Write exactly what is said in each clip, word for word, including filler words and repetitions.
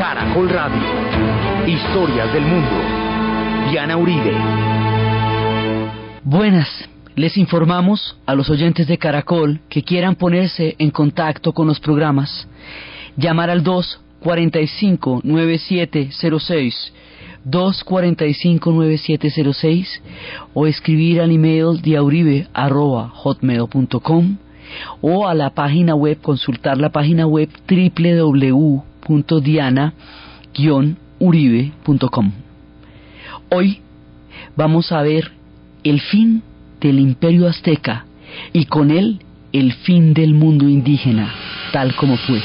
Caracol Radio. Historias del mundo. Diana Uribe. Buenas. Les informamos a los oyentes de Caracol que quieran ponerse en contacto con los programas. Llamar al dos cuarenta y cinco, noventa y siete cero seis, dos cuarenta y cinco, noventa y siete cero seis o escribir al email diauribe arroba hotmail punto com o a la página web, consultar la página web doble u doble u doble u punto diana guion uribe punto com. Hoy vamos a ver el fin del Imperio Azteca y con él el fin del mundo indígena, tal como fue.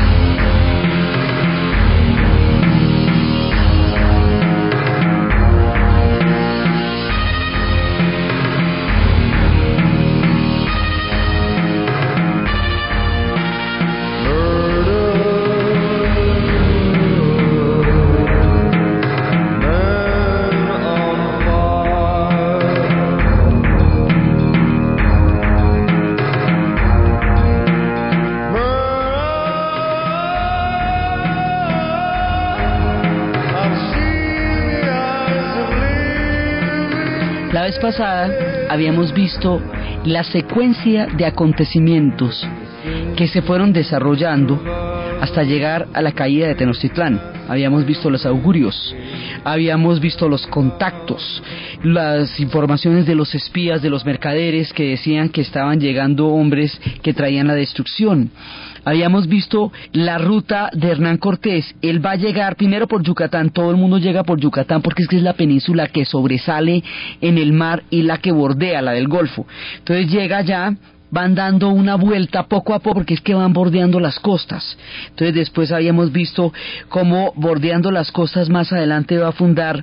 La vez pasada habíamos visto la secuencia de acontecimientos que se fueron desarrollando hasta llegar a la caída de Tenochtitlán. Habíamos visto los augurios, habíamos visto los contactos, las informaciones de los espías, de los mercaderes que decían que estaban llegando hombres que traían la destrucción. Habíamos visto la ruta de Hernán Cortés. Él va a llegar primero por Yucatán. Todo el mundo llega por Yucatán porque es que es la península que sobresale en el mar y la que bordea la del Golfo. Entonces llega allá, van dando una vuelta poco a poco porque es que van bordeando las costas. Entonces después habíamos visto cómo bordeando las costas más adelante va a fundar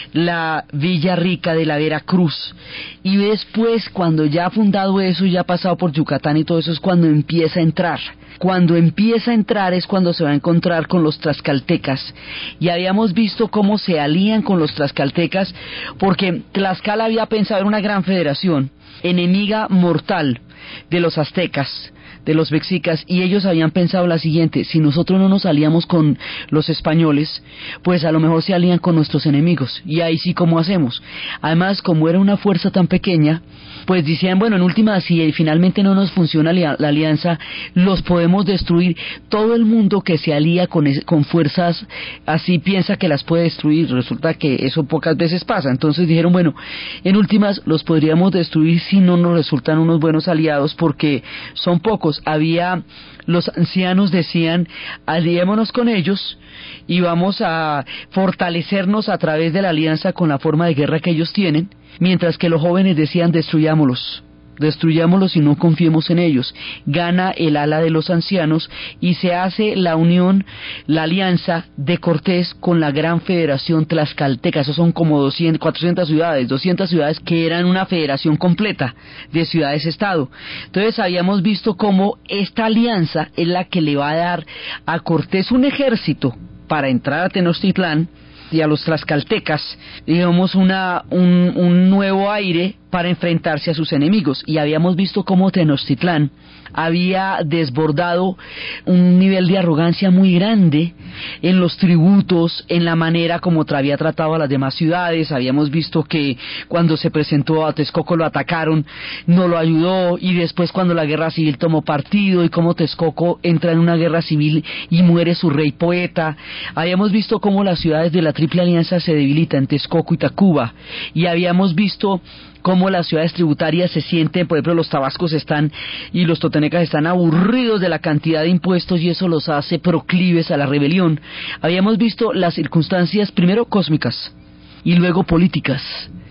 la Villa Rica de la Veracruz. Y después, cuando ya ha fundado eso, ya ha pasado por Yucatán y todo eso, es cuando empieza a entrar. Cuando empieza a entrar es cuando se va a encontrar con los tlaxcaltecas. Y habíamos visto cómo se alían con los tlaxcaltecas porque Tlaxcala había pensado en una gran federación, enemiga mortal de los aztecas, de los mexicas, y ellos habían pensado la siguiente: si nosotros no nos alíamos con los españoles, pues a lo mejor se alían con nuestros enemigos, y ahí sí, ¿cómo hacemos? Además, como era una fuerza tan pequeña, pues decían, bueno, en última, si finalmente no nos funciona la alianza, los podemos destruir. Todo el mundo que se alía con, con fuerzas así piensa que las puede destruir. Resulta que eso pocas veces pasa. Entonces dijeron, bueno, en últimas los podríamos destruir si no nos resultan unos buenos aliados, porque son pocos. Había, los ancianos decían, aliémonos con ellos y vamos a fortalecernos a través de la alianza con la forma de guerra que ellos tienen, mientras que los jóvenes decían, destruyámoslos, destruyámoslos y no confiemos en ellos. Gana el ala de los ancianos y se hace la unión, la alianza de Cortés con la gran federación tlaxcalteca. Esos son como doscientas, cuatrocientas ciudades, doscientas ciudades que eran una federación completa de ciudades-estado. Entonces habíamos visto cómo esta alianza es la que le va a dar a Cortés un ejército para entrar a Tenochtitlán y a los tlaxcaltecas, digamos, una, un, un nuevo aire para enfrentarse a sus enemigos. Y habíamos visto cómo Tenochtitlán había desbordado un nivel de arrogancia muy grande en los tributos, en la manera como había tratado a las demás ciudades. Habíamos visto que cuando se presentó a Texcoco lo atacaron, no lo ayudó, y después cuando la guerra civil tomó partido y cómo Texcoco entra en una guerra civil y muere su rey poeta. Habíamos visto cómo las ciudades de la Triple Alianza se debilitan, Texcoco y Tacuba, y habíamos visto cómo las ciudades tributarias se sienten, por ejemplo, los tabascos están y los totonecas están aburridos de la cantidad de impuestos y eso los hace proclives a la rebelión. Habíamos visto las circunstancias primero cósmicas y luego políticas,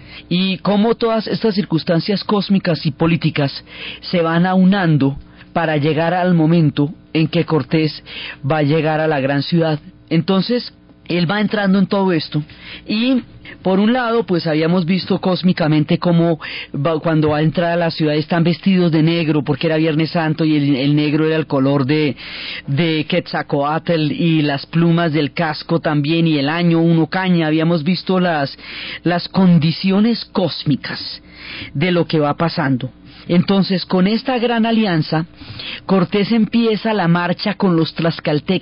y cómo todas estas circunstancias cósmicas y políticas se van aunando para llegar al momento en que Cortés va a llegar a la gran ciudad. Entonces él va entrando en todo esto, y por un lado pues habíamos visto cósmicamente cómo va, cuando va a entrar a la ciudad están vestidos de negro porque era Viernes Santo y el, el negro era el color de, de Quetzalcóatl, y las plumas del casco también, y el año uno caña. Habíamos visto las, las condiciones cósmicas de lo que va pasando. Entonces, con esta gran alianza, Cortés empieza la marcha con los tlaxcaltecas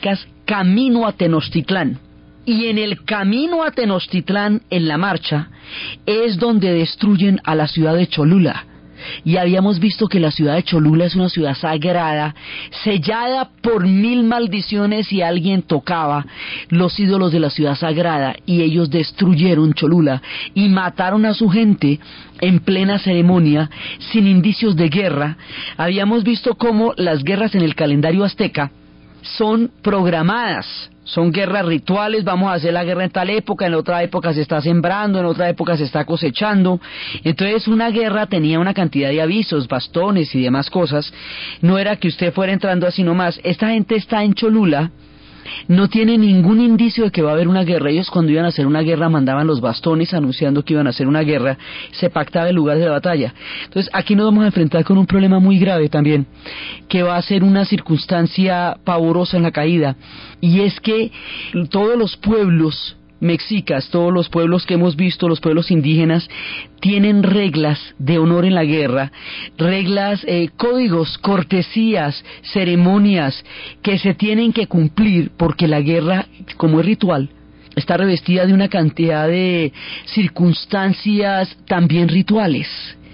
camino a Tenochtitlán. Y en el camino a Tenochtitlán, en la marcha, es donde destruyen a la ciudad de Cholula. Y habíamos visto que la ciudad de Cholula es una ciudad sagrada, sellada por mil maldiciones si alguien tocaba los ídolos de la ciudad sagrada, y ellos destruyeron Cholula y mataron a su gente en plena ceremonia, sin indicios de guerra. Habíamos visto cómo las guerras en el calendario azteca son programadas, son guerras rituales. Vamos a hacer la guerra en tal época, en otra época se está sembrando, en otra época se está cosechando. Entonces una guerra tenía una cantidad de avisos, bastones y demás cosas. No era que usted fuera entrando así nomás. Esta gente está en Cholula, no tiene ningún indicio de que va a haber una guerra. Ellos cuando iban a hacer una guerra mandaban los bastones anunciando que iban a hacer una guerra, se pactaba el lugar de la batalla. Entonces aquí nos vamos a enfrentar con un problema muy grave también, que va a ser una circunstancia pavorosa en la caída, y es que todos los pueblos mexicas, todos los pueblos que hemos visto, los pueblos indígenas, tienen reglas de honor en la guerra, reglas, eh, códigos, cortesías, ceremonias que se tienen que cumplir, porque la guerra, como es ritual, está revestida de una cantidad de circunstancias también rituales.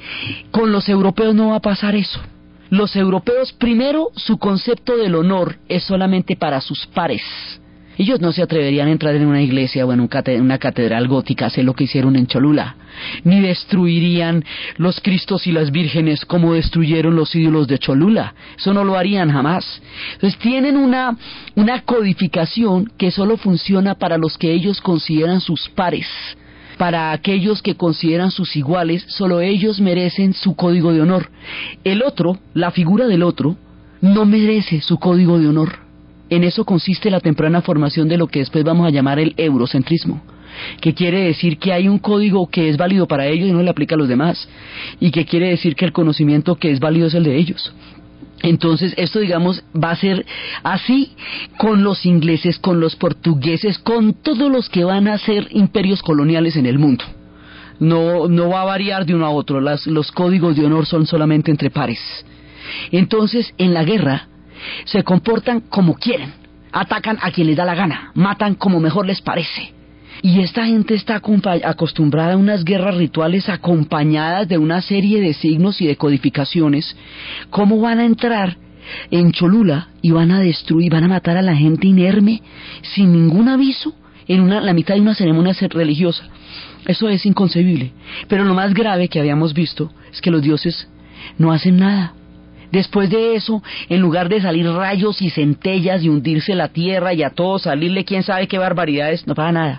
Con los europeos no va a pasar eso. Los europeos, primero, su concepto del honor es solamente para sus pares. Ellos no se atreverían a entrar en una iglesia o en una catedral gótica a hacer lo que hicieron en Cholula, ni destruirían los Cristos y las vírgenes como destruyeron los ídolos de Cholula. Eso no lo harían jamás. Entonces tienen una, una codificación que solo funciona para los que ellos consideran sus pares. Para aquellos que consideran sus iguales, solo ellos merecen su código de honor. El otro, la figura del otro, no merece su código de honor. En eso consiste la temprana formación de lo que después vamos a llamar el eurocentrismo, que quiere decir que hay un código que es válido para ellos y no le aplica a los demás, y que quiere decir que el conocimiento que es válido es el de ellos. Entonces esto, digamos, va a ser así con los ingleses, con los portugueses, con todos los que van a ser imperios coloniales en el mundo. No, no va a variar de uno a otro. Las, los códigos de honor son solamente entre pares. Entonces en la guerra se comportan como quieren, atacan a quien les da la gana, matan como mejor les parece. Y esta gente está acostumbrada a unas guerras rituales acompañadas de una serie de signos y de codificaciones. ¿Cómo van a entrar en Cholula y van a destruir, van a matar a la gente inerme sin ningún aviso en una, la mitad de una ceremonia religiosa? Eso es inconcebible. Pero lo más grave que habíamos visto es que los dioses no hacen nada. Después de eso, en lugar de salir rayos y centellas y hundirse la tierra y a todos salirle quién sabe qué barbaridades, no pasa nada.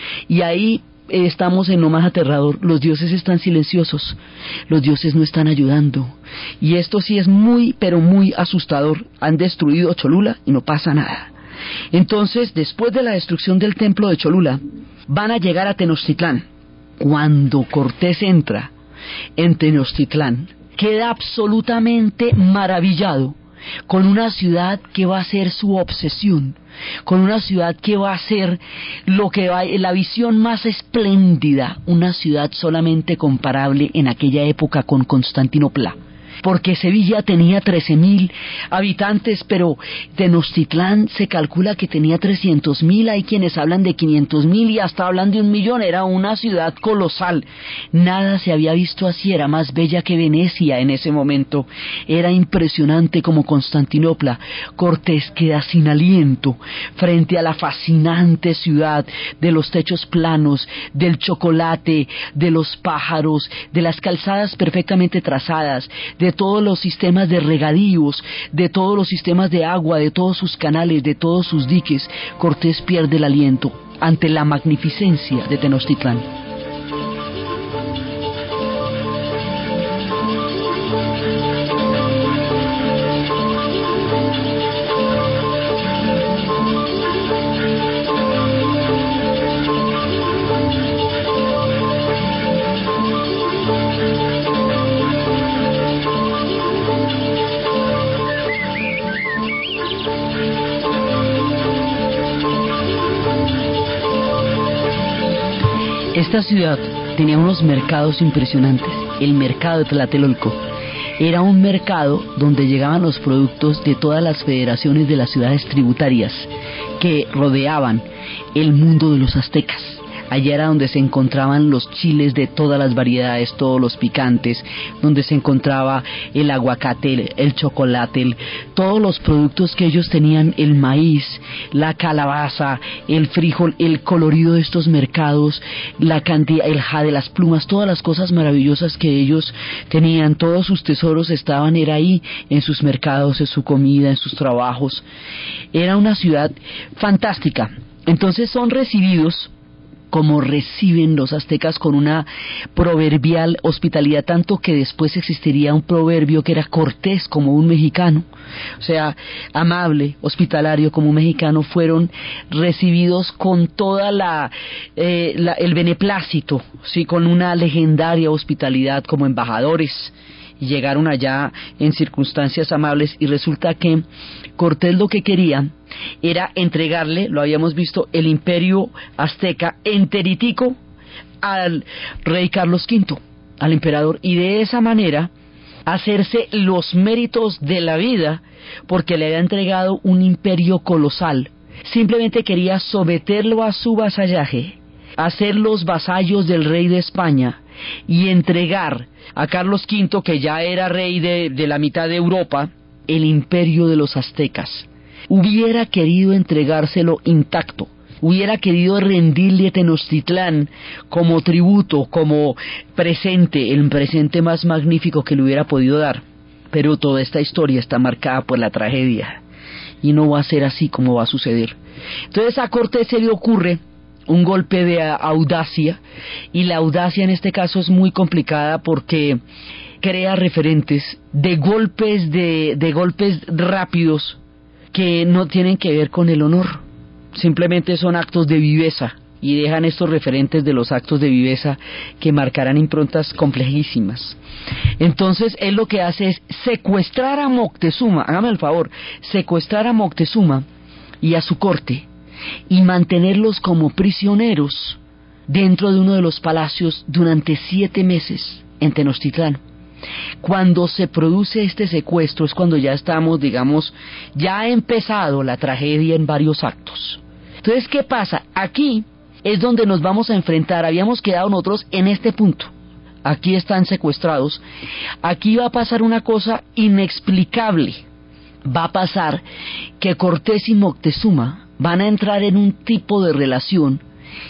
Y ahí eh, estamos en lo más aterrador. Los dioses están silenciosos, los dioses no están ayudando. Y esto sí es muy, pero muy asustador. Han destruido Cholula y no pasa nada. Entonces, después de la destrucción del templo de Cholula, van a llegar a Tenochtitlán. Cuando Cortés entra en Tenochtitlán, queda absolutamente maravillado con una ciudad que va a ser su obsesión, con una ciudad que va a ser lo que va, la visión más espléndida, una ciudad solamente comparable en aquella época con Constantinopla. Porque Sevilla tenía trece mil habitantes, pero Tenochtitlán se calcula que tenía trescientos mil, hay quienes hablan de quinientos mil y hasta hablan de un millón. Era una ciudad colosal, nada se había visto así, era más bella que Venecia en ese momento, era impresionante como Constantinopla. Cortés queda sin aliento frente a la fascinante ciudad de los techos planos, del chocolate, de los pájaros, de las calzadas perfectamente trazadas, de de todos los sistemas de regadíos, de todos los sistemas de agua, de todos sus canales, de todos sus diques. Cortés pierde el aliento ante la magnificencia de Tenochtitlán. Esta ciudad tenía unos mercados impresionantes. El mercado de Tlatelolco era un mercado donde llegaban los productos de todas las federaciones de las ciudades tributarias que rodeaban el mundo de los aztecas. Allá era donde se encontraban los chiles de todas las variedades, todos los picantes, donde se encontraba el aguacate, el, el chocolate, el, todos los productos que ellos tenían, el maíz, la calabaza, el frijol, el colorido de estos mercados, la cantidad, el jade, las plumas, todas las cosas maravillosas que ellos tenían, todos sus tesoros estaban era ahí, en sus mercados, en su comida, en sus trabajos. Era una ciudad fantástica. Entonces son recibidos como reciben los aztecas, con una proverbial hospitalidad, tanto que después existiría un proverbio que era cortés como un mexicano, o sea, amable, hospitalario como un mexicano. Fueron recibidos con toda la, eh, la el beneplácito, sí, con una legendaria hospitalidad como embajadores, y llegaron allá en circunstancias amables, y resulta que Cortés lo que quería era entregarle, lo habíamos visto, el imperio azteca enteritico al rey Carlos quinto, al emperador, y de esa manera hacerse los méritos de la vida, porque le había entregado un imperio colosal. Simplemente quería someterlo a su vasallaje, hacer los vasallos del rey de España y entregar a Carlos quinto, que ya era rey de, de la mitad de Europa, el imperio de los aztecas. Hubiera querido entregárselo intacto, hubiera querido rendirle a Tenochtitlán como tributo, como presente, el presente más magnífico que le hubiera podido dar. Pero toda esta historia está marcada por la tragedia, y no va a ser así como va a suceder. Entonces a Cortés se le ocurre un golpe de audacia, y la audacia en este caso es muy complicada porque crea referentes de golpes de, de golpes rápidos que no tienen que ver con el honor, simplemente son actos de viveza, y dejan estos referentes de los actos de viveza que marcarán improntas complejísimas. Entonces él lo que hace es secuestrar a Moctezuma, hágame el favor, secuestrar a Moctezuma y a su corte, y mantenerlos como prisioneros dentro de uno de los palacios durante siete meses en Tenochtitlán. Cuando se produce este secuestro es cuando ya estamos, digamos, ya ha empezado la tragedia en varios actos. Entonces, ¿qué pasa? Aquí es donde nos vamos a enfrentar. Habíamos quedado nosotros en este punto. Aquí están secuestrados. Aquí va a pasar una cosa inexplicable. Va a pasar que Cortés y Moctezuma van a entrar en un tipo de relación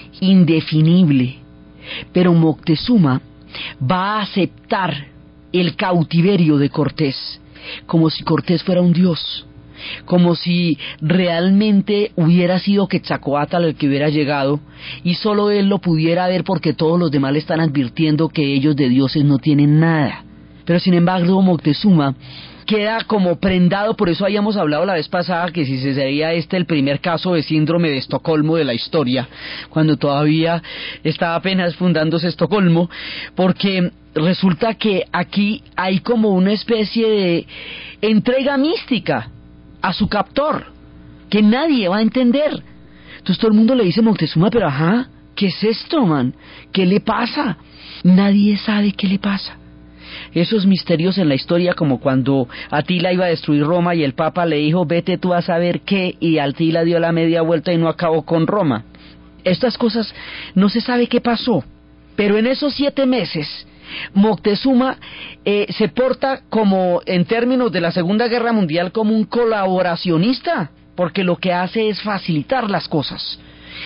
indefinible, pero Moctezuma va a aceptar el cautiverio de Cortés como si Cortés fuera un dios, como si realmente hubiera sido Quetzalcóatl el que hubiera llegado y solo él lo pudiera ver, porque todos los demás le están advirtiendo que ellos de dioses no tienen nada. Pero sin embargo Moctezuma queda como prendado. Por eso habíamos hablado la vez pasada que si sería este el primer caso de síndrome de Estocolmo de la historia, cuando todavía estaba apenas fundándose Estocolmo, porque resulta que aquí hay como una especie de entrega mística a su captor, que nadie va a entender. Entonces todo el mundo le dice a Moctezuma, pero ajá, ¿qué es esto, man? ¿Qué le pasa? Nadie sabe qué le pasa. Esos misterios en la historia, como cuando Atila iba a destruir Roma y el Papa le dijo, vete tú a saber qué, y Atila dio la media vuelta y no acabó con Roma. Estas cosas no se sabe qué pasó, pero en esos siete meses Moctezuma eh, se porta como, en términos de la Segunda Guerra Mundial, como un colaboracionista, porque lo que hace es facilitar las cosas,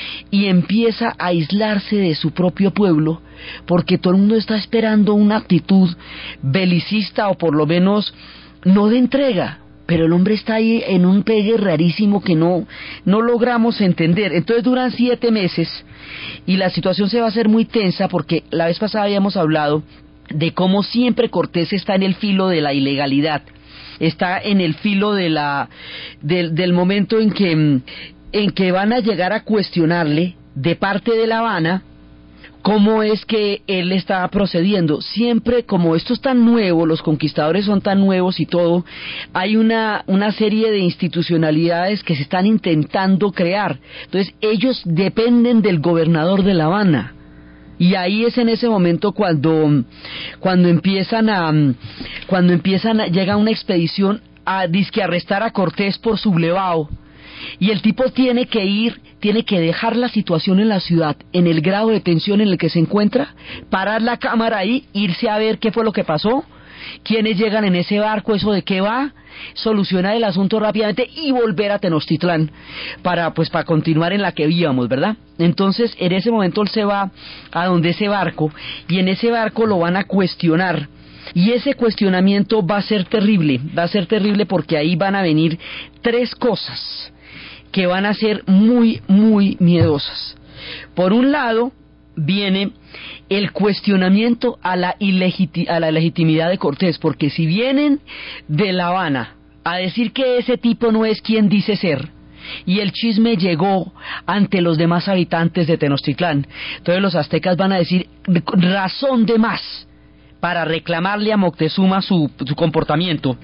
y empieza a aislarse de su propio pueblo, porque todo el mundo está esperando una actitud belicista, o por lo menos no de entrega, pero el hombre está ahí en un pegue rarísimo que no, no logramos entender. Entonces duran siete meses y la situación se va a hacer muy tensa, porque la vez pasada habíamos hablado de cómo siempre Cortés está en el filo de la ilegalidad, está en el filo de la del, del momento en que en que van a llegar a cuestionarle de parte de La Habana cómo es que él está procediendo. Siempre, como esto es tan nuevo, los conquistadores son tan nuevos y todo, hay una, una serie de institucionalidades que se están intentando crear. Entonces ellos dependen del gobernador de La Habana, y ahí es en ese momento cuando cuando empiezan a cuando empiezan a, llega una expedición a dizque arrestar a Cortés por sublevado, Y el tipo tiene que ir, tiene que dejar la situación en la ciudad, en el grado de tensión en el que se encuentra, parar la cámara ahí, irse a ver qué fue lo que pasó, quiénes llegan en ese barco, eso de qué va, solucionar el asunto rápidamente y volver a Tenochtitlán para pues para continuar en la que íbamos, ¿verdad? Entonces en ese momento él se va a donde ese barco y en ese barco lo van a cuestionar. Y ese cuestionamiento va a ser terrible, va a ser terrible porque ahí van a venir tres cosas que van a ser muy, muy miedosas. Por un lado, viene el cuestionamiento a la, ilegiti- a la legitimidad de Cortés, porque si vienen de La Habana a decir que ese tipo no es quien dice ser, y el chisme llegó ante los demás habitantes de Tenochtitlán, entonces los aztecas van a decir razón de más para reclamarle a Moctezuma su, su comportamiento,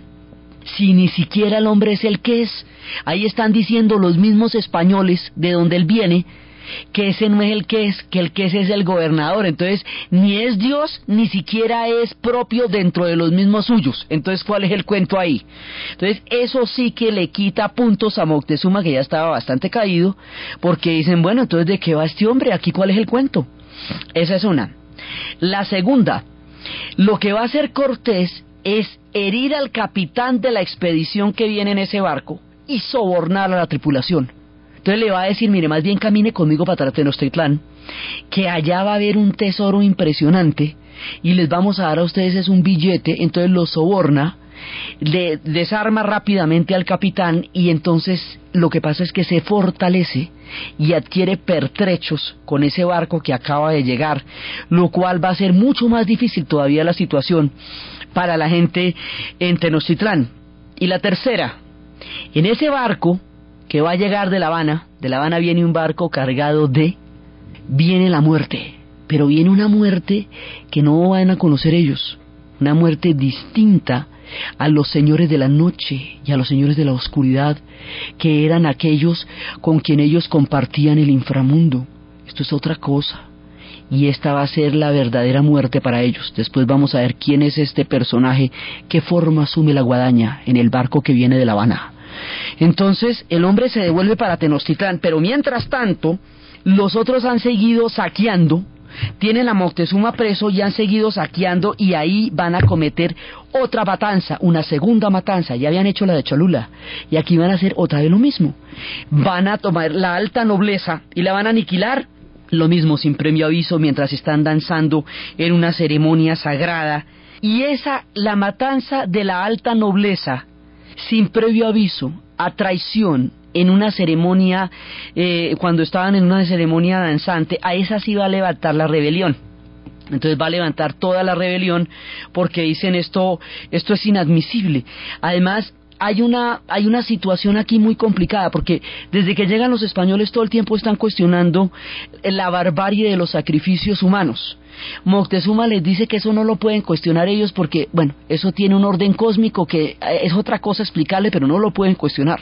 si ni siquiera el hombre es el que es. Ahí están diciendo los mismos españoles de donde él viene que ese no es el que es, que el que es es el gobernador. Entonces ni es Dios, ni siquiera es propio dentro de los mismos suyos. Entonces ¿cuál es el cuento ahí? Entonces eso sí que le quita puntos a Moctezuma, que ya estaba bastante caído, porque dicen, bueno, entonces ¿de qué va este hombre? ¿Aquí cuál es el cuento? Esa es una. La segunda, lo que va a hacer Cortés es herir al capitán de la expedición que viene en ese barco y sobornar a la tripulación. Entonces le va a decir, mire, más bien camine conmigo para Tenochtitlán, que allá va a haber un tesoro impresionante y les vamos a dar a ustedes es un billete. Entonces lo soborna, le desarma rápidamente al capitán y entonces lo que pasa es que se fortalece y adquiere pertrechos con ese barco que acaba de llegar, lo cual va a ser mucho más difícil todavía la situación para la gente en Tenochtitlán. Y la tercera, en ese barco que va a llegar de La Habana, de La Habana viene un barco cargado de, viene la muerte, pero viene una muerte que no van a conocer ellos, una muerte distinta a los señores de la noche y a los señores de la oscuridad, que eran aquellos con quien ellos compartían el inframundo. Esto es otra cosa, y esta va a ser la verdadera muerte para ellos. Después vamos a ver quién es este personaje, qué forma asume la guadaña en el barco que viene de La Habana. Entonces el hombre se devuelve para Tenochtitlán, pero mientras tanto los otros han seguido saqueando, tienen a Moctezuma preso y han seguido saqueando, y ahí van a cometer otra matanza, una segunda matanza. Ya habían hecho la de Cholula y aquí van a hacer otra de lo mismo. Van a tomar la alta nobleza y la van a aniquilar, lo mismo sin previo aviso, mientras están danzando en una ceremonia sagrada. Y esa, la matanza de la alta nobleza sin previo aviso, a traición, en una ceremonia, eh, cuando estaban en una ceremonia danzante, a esa sí va a levantar la rebelión. Entonces va a levantar toda la rebelión, porque dicen esto, esto es inadmisible. Además, hay una, hay una situación aquí muy complicada, porque desde que llegan los españoles todo el tiempo están cuestionando la barbarie de los sacrificios humanos. Moctezuma les dice que eso no lo pueden cuestionar ellos porque, bueno, eso tiene un orden cósmico que es otra cosa explicarle, pero no lo pueden cuestionar.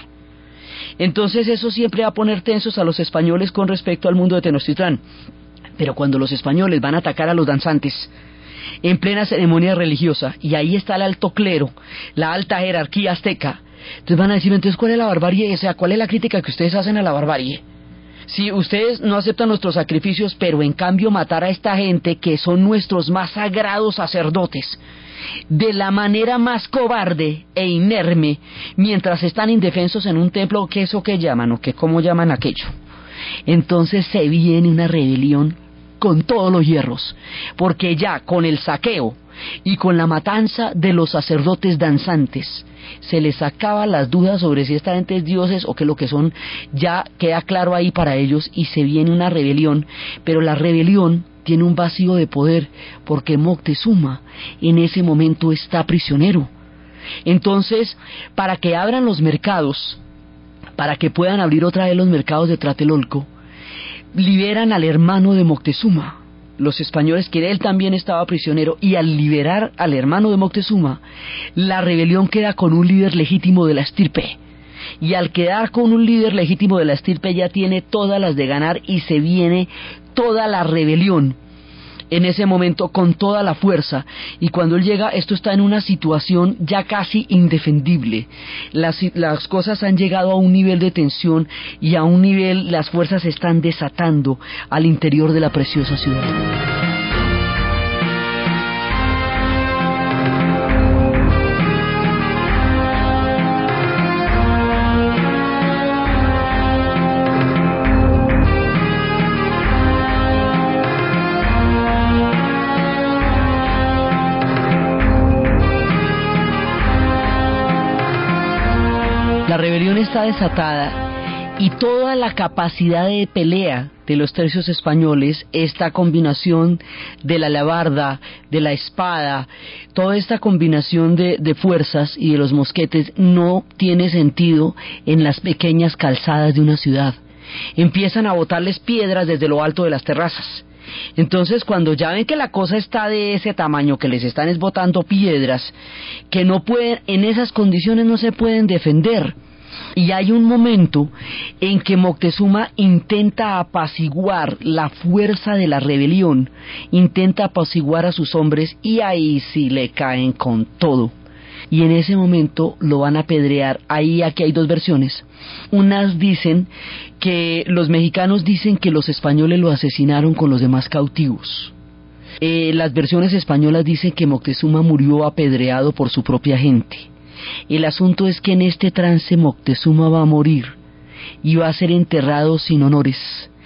Entonces eso siempre va a poner tensos a los españoles con respecto al mundo de Tenochtitlán. Pero cuando los españoles van a atacar a los danzantes en plena ceremonia religiosa, y ahí está el alto clero, la alta jerarquía azteca, entonces van a decir, entonces ¿cuál es la barbarie? O sea, ¿cuál es la crítica que ustedes hacen a la barbarie? Si ustedes no aceptan nuestros sacrificios, pero en cambio matar a esta gente que son nuestros más sagrados sacerdotes de la manera más cobarde e inerme, mientras están indefensos en un templo, ¿qué es eso que llaman o qué cómo llaman aquello? Entonces se viene una rebelión con todos los hierros, porque ya con el saqueo y con la matanza de los sacerdotes danzantes se les sacaba las dudas sobre si esta gente es dioses o qué lo que son, ya queda claro ahí para ellos, y se viene una rebelión. Pero la rebelión tiene un vacío de poder, porque Moctezuma en ese momento está prisionero. Entonces, para que abran los mercados, para que puedan abrir otra vez los mercados de Tlatelolco, liberan al hermano de Moctezuma, los españoles, que él también estaba prisionero, y al liberar al hermano de Moctezuma, la rebelión queda con un líder legítimo de la estirpe, y al quedar con un líder legítimo de la estirpe ya tiene todas las de ganar, y se viene toda la rebelión. en ese momento con toda la fuerza, y cuando él llega esto está en una situación ya casi indefendible. Las, las cosas han llegado a un nivel de tensión y a un nivel, las fuerzas se están desatando al interior de la preciosa ciudad. La rebelión está desatada y toda la capacidad de pelea de los tercios españoles, esta combinación de la alabarda, de la espada, toda esta combinación de, de fuerzas y de los mosquetes no tiene sentido en las pequeñas calzadas de una ciudad. Empiezan a botarles piedras desde lo alto de las terrazas. Entonces cuando ya ven que la cosa está de ese tamaño, que les están botando piedras, que no pueden, en esas condiciones no se pueden defender. Y hay un momento en que Moctezuma intenta apaciguar la fuerza de la rebelión, intenta apaciguar a sus hombres y ahí sí le caen con todo. Y en ese momento lo van a apedrear. Ahí aquí hay dos versiones. Unas dicen que los mexicanos dicen que los españoles lo asesinaron con los demás cautivos. Eh, las versiones españolas dicen que Moctezuma murió apedreado por su propia gente. El asunto es que en este trance Moctezuma va a morir y va a ser enterrado sin honores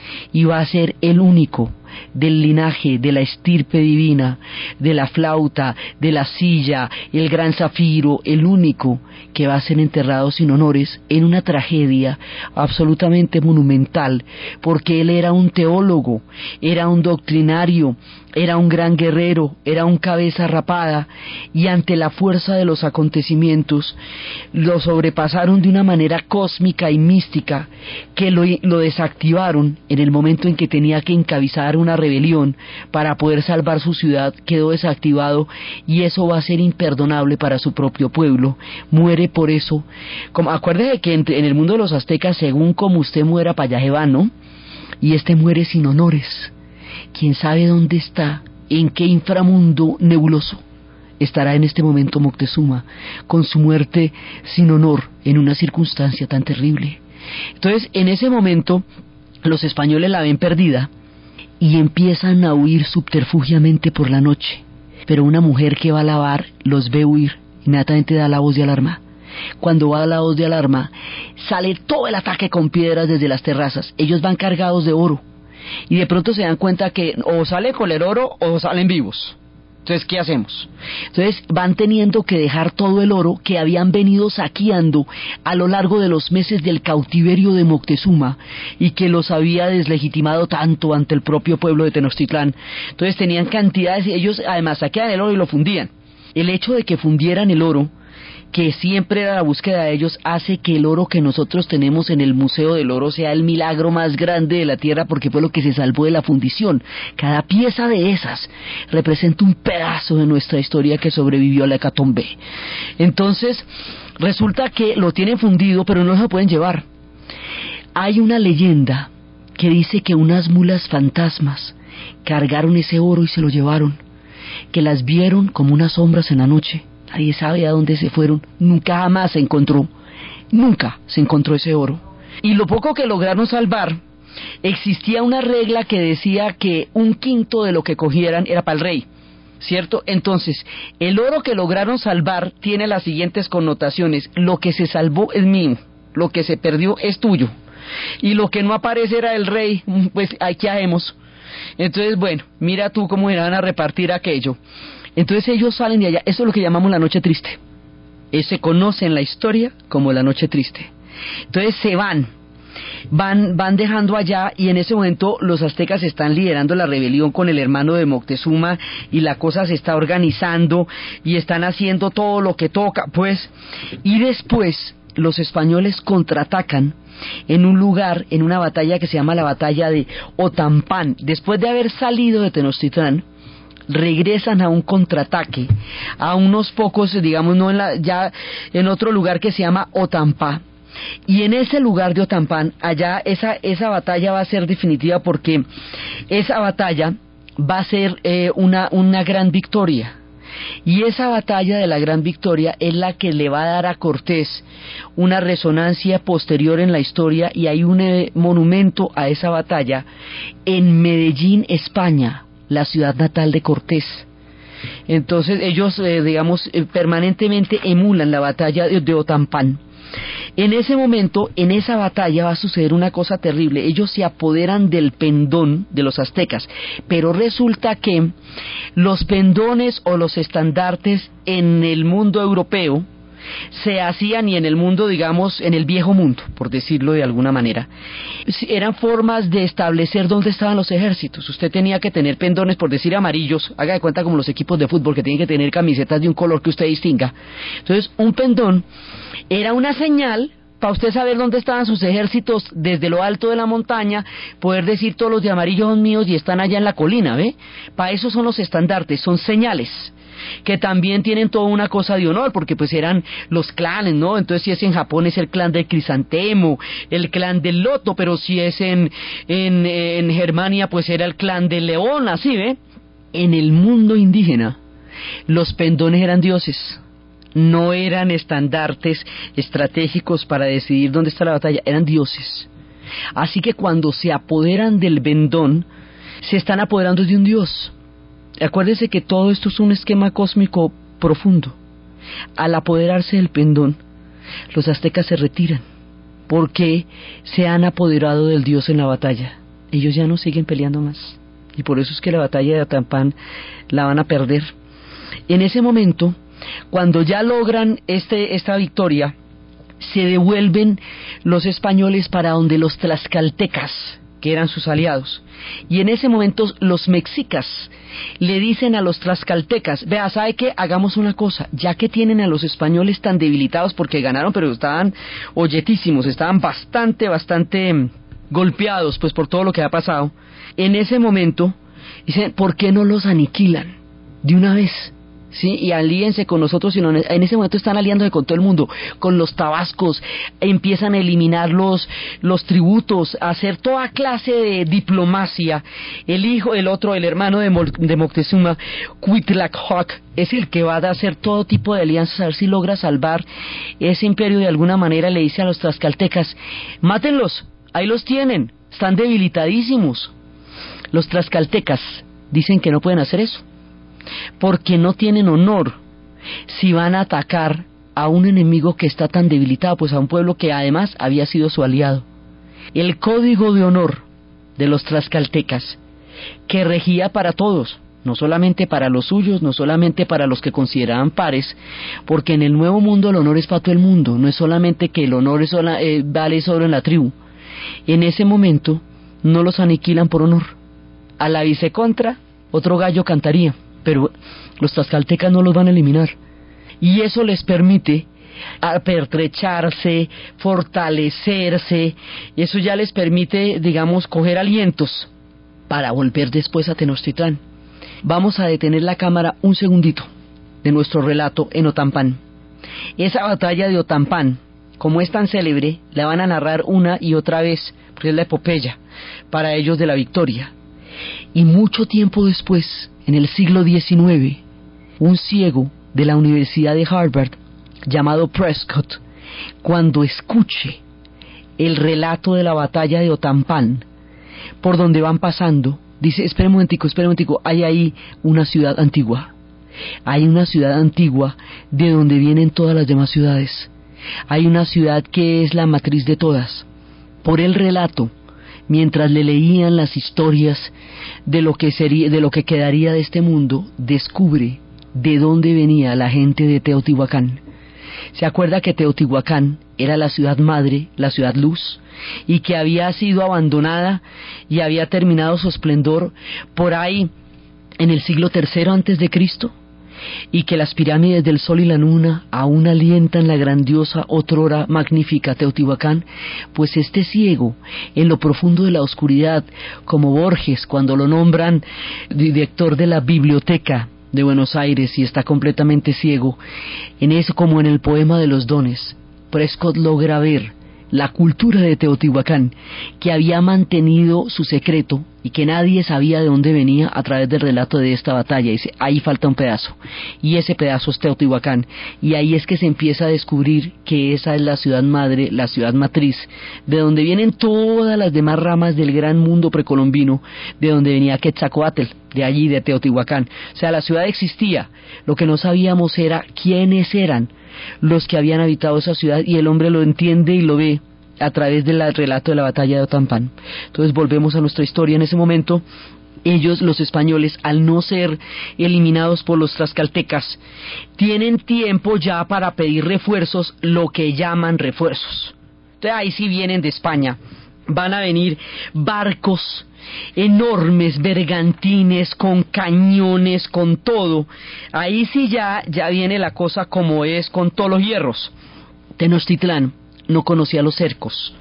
y va a ser el único del linaje, de la estirpe divina, de la flauta, de la silla, el gran zafiro, el único que va a ser enterrado sin honores en una tragedia absolutamente monumental, porque él era un teólogo, era un doctrinario, era un gran guerrero, era un cabeza rapada, y ante la fuerza de los acontecimientos lo sobrepasaron de una manera cósmica y mística que lo, lo desactivaron en el momento en que tenía que encabezar una rebelión para poder salvar su ciudad. Quedó desactivado y eso va a ser imperdonable para su propio pueblo. Muere por eso. Como, acuérdese que en, en el mundo de los aztecas, según como usted muera, para allá se va, ¿no? Y este muere sin honores. ¿Quién sabe dónde está? ¿En qué inframundo nebuloso estará en este momento Moctezuma con su muerte sin honor en una circunstancia tan terrible? Entonces, en ese momento los españoles la ven perdida y empiezan a huir subterfugiamente por la noche, pero una mujer que va a lavar los ve huir, inmediatamente da la voz de alarma. Cuando va a la voz de alarma sale todo el ataque con piedras desde las terrazas. Ellos van cargados de oro y de pronto se dan cuenta que o sale con el oro o salen vivos. Entonces, ¿qué hacemos? Entonces van teniendo que dejar todo el oro que habían venido saqueando a lo largo de los meses del cautiverio de Moctezuma y que los había deslegitimado tanto ante el propio pueblo de Tenochtitlán. Entonces tenían cantidades y ellos además saqueaban el oro y lo fundían. El hecho de que fundieran el oro, que siempre era la búsqueda de ellos, hace que el oro que nosotros tenemos en el Museo del Oro sea el milagro más grande de la tierra, porque fue lo que se salvó de la fundición. Cada pieza de esas representa un pedazo de nuestra historia que sobrevivió a la hecatombe. Entonces resulta que lo tienen fundido, pero no se lo pueden llevar. Hay una leyenda que dice que unas mulas fantasmas cargaron ese oro y se lo llevaron, que las vieron como unas sombras en la noche. Nadie sabe a dónde se fueron, nunca jamás se encontró, nunca se encontró ese oro. Y lo poco que lograron salvar, existía una regla que decía que un quinto de lo que cogieran era para el rey, ¿cierto? Entonces, el oro que lograron salvar tiene las siguientes connotaciones: lo que se salvó es mío, lo que se perdió es tuyo, y lo que no aparece era el rey, pues ¿qué hacemos? Entonces, bueno, mira tú cómo iban a repartir aquello. Entonces ellos salen de allá. Eso es lo que llamamos la noche triste. Eh, se conoce en la historia como la noche triste. Entonces se van, van, van dejando allá, y en ese momento los aztecas están liderando la rebelión con el hermano de Moctezuma, y la cosa se está organizando y están haciendo todo lo que toca, pues. Y después los españoles contraatacan en un lugar, en una batalla que se llama la batalla de Otampán. Después de haber salido de Tenochtitlán, regresan a un contraataque a unos pocos, digamos, no en la, ya en otro lugar que se llama Otampá, y en ese lugar de Otampán, allá esa, esa batalla va a ser definitiva, porque esa batalla va a ser eh, una, una gran victoria. Y esa batalla de la gran victoria es la que le va a dar a Cortés una resonancia posterior en la historia, y hay un eh, monumento a esa batalla en Medellín, España, la ciudad natal de Cortés. Entonces ellos, eh, digamos, eh, permanentemente emulan la batalla de, de Otampán. En ese momento, en esa batalla va a suceder una cosa terrible. Ellos se apoderan del pendón de los aztecas, pero resulta que los pendones o los estandartes en el mundo europeo se hacían, y en el mundo, digamos, en el viejo mundo, por decirlo de alguna manera, eran formas de establecer dónde estaban los ejércitos. Usted tenía que tener pendones, por decir amarillos, haga de cuenta como los equipos de fútbol que tienen que tener camisetas de un color que usted distinga. Entonces, un pendón era una señal para usted saber dónde estaban sus ejércitos desde lo alto de la montaña, poder decir todos los de amarillo son míos y están allá en la colina, ¿ve? Para eso son los estandartes, son señales que también tienen toda una cosa de honor, porque pues eran los clanes, ¿no? Entonces si es en Japón es el clan del crisantemo, el clan del loto, pero si es en, en, en Germania pues era el clan del león, así, ¿ve? En el mundo indígena los pendones eran dioses, no eran estandartes estratégicos para decidir dónde está la batalla, eran dioses. Así que cuando se apoderan del pendón, se están apoderando de un dios. Acuérdese que todo esto es un esquema cósmico profundo. Al apoderarse del pendón, los aztecas se retiran, porque se han apoderado del dios en la batalla. Ellos ya no siguen peleando más, y por eso es que la batalla de Otampán la van a perder. En ese momento, cuando ya logran este, esta victoria, se devuelven los españoles para donde los tlaxcaltecas, que eran sus aliados, y en ese momento los mexicas le dicen a los tlaxcaltecas: vea, ¿sabe qué? Hagamos una cosa, ya que tienen a los españoles tan debilitados, porque ganaron pero estaban holletísimos, estaban bastante, bastante golpeados pues por todo lo que ha pasado. En ese momento dicen: ¿por qué no los aniquilan de una vez? Sí, y alíense con nosotros. Sino en ese momento están aliándose con todo el mundo, con los tabascos, empiezan a eliminar los, los tributos, a hacer toda clase de diplomacia. El hijo, el otro, el hermano de, Mol, de Moctezuma, Cuitlacoac, es el que va a hacer todo tipo de alianzas, a ver si logra salvar ese imperio de alguna manera. Le dice a los tlaxcaltecas: mátenlos, ahí los tienen, están debilitadísimos. Los tlaxcaltecas dicen que no pueden hacer eso, porque no tienen honor si van a atacar a un enemigo que está tan debilitado, pues a un pueblo que además había sido su aliado. El código de honor de los tlaxcaltecas, que regía para todos, no solamente para los suyos, no solamente para los que consideraban pares, porque en el Nuevo Mundo el honor es para todo el mundo, no es solamente que el honor es sola, eh, vale solo en la tribu. En ese momento no los aniquilan por honor. A la vicecontra, otro gallo cantaría, pero los tlaxcaltecas no los van a eliminar, y eso les permite apertrecharse, fortalecerse, y eso ya les permite, digamos, coger alientos para volver después a Tenochtitlán. Vamos a detener la cámara un segundito de nuestro relato en Otampán. Esa batalla de Otampán, como es tan célebre, la van a narrar una y otra vez, porque es la epopeya para ellos de la victoria. Y mucho tiempo después, en el siglo diecinueve, un ciego de la Universidad de Harvard, llamado Prescott, cuando escuche el relato de la batalla de Otampán, por donde van pasando, dice: espera un momentico, espera un momentico, hay ahí una ciudad antigua, hay una ciudad antigua de donde vienen todas las demás ciudades, hay una ciudad que es la matriz de todas. Por el relato, mientras le leían las historias de lo que sería, de lo que quedaría de este mundo, descubre de dónde venía la gente de Teotihuacán. Se acuerda que Teotihuacán era la ciudad madre, la ciudad luz, y que había sido abandonada y había terminado su esplendor por ahí en el siglo tercero antes de Cristo, y que las pirámides del Sol y la Luna aún alientan la grandiosa, otrora magnífica Teotihuacán. Pues este ciego, en lo profundo de la oscuridad, como Borges cuando lo nombran director de la Biblioteca de Buenos Aires y está completamente ciego, en eso, como en el poema de los dones, Prescott logra ver la cultura de Teotihuacán, que había mantenido su secreto y que nadie sabía de dónde venía a través del relato de esta batalla. Dice, ahí falta un pedazo, y ese pedazo es Teotihuacán, y ahí es que se empieza a descubrir que esa es la ciudad madre, la ciudad matriz, de donde vienen todas las demás ramas del gran mundo precolombino, de donde venía Quetzalcóatl, de allí, de Teotihuacán. O sea, la ciudad existía, lo que no sabíamos era quiénes eran los que habían habitado esa ciudad, y el hombre lo entiende y lo ve a través del relato de la batalla de Otampán. Entonces volvemos a nuestra historia. En ese momento, ellos, los españoles, al no ser eliminados por los tlaxcaltecas, tienen tiempo ya para pedir refuerzos, lo que llaman refuerzos. Entonces ahí sí vienen de España, van a venir barcos enormes, bergantines, con cañones, con todo. Ahí sí ya, ya viene la cosa como es, con todos los hierros. Tenochtitlán no conocía los cercos.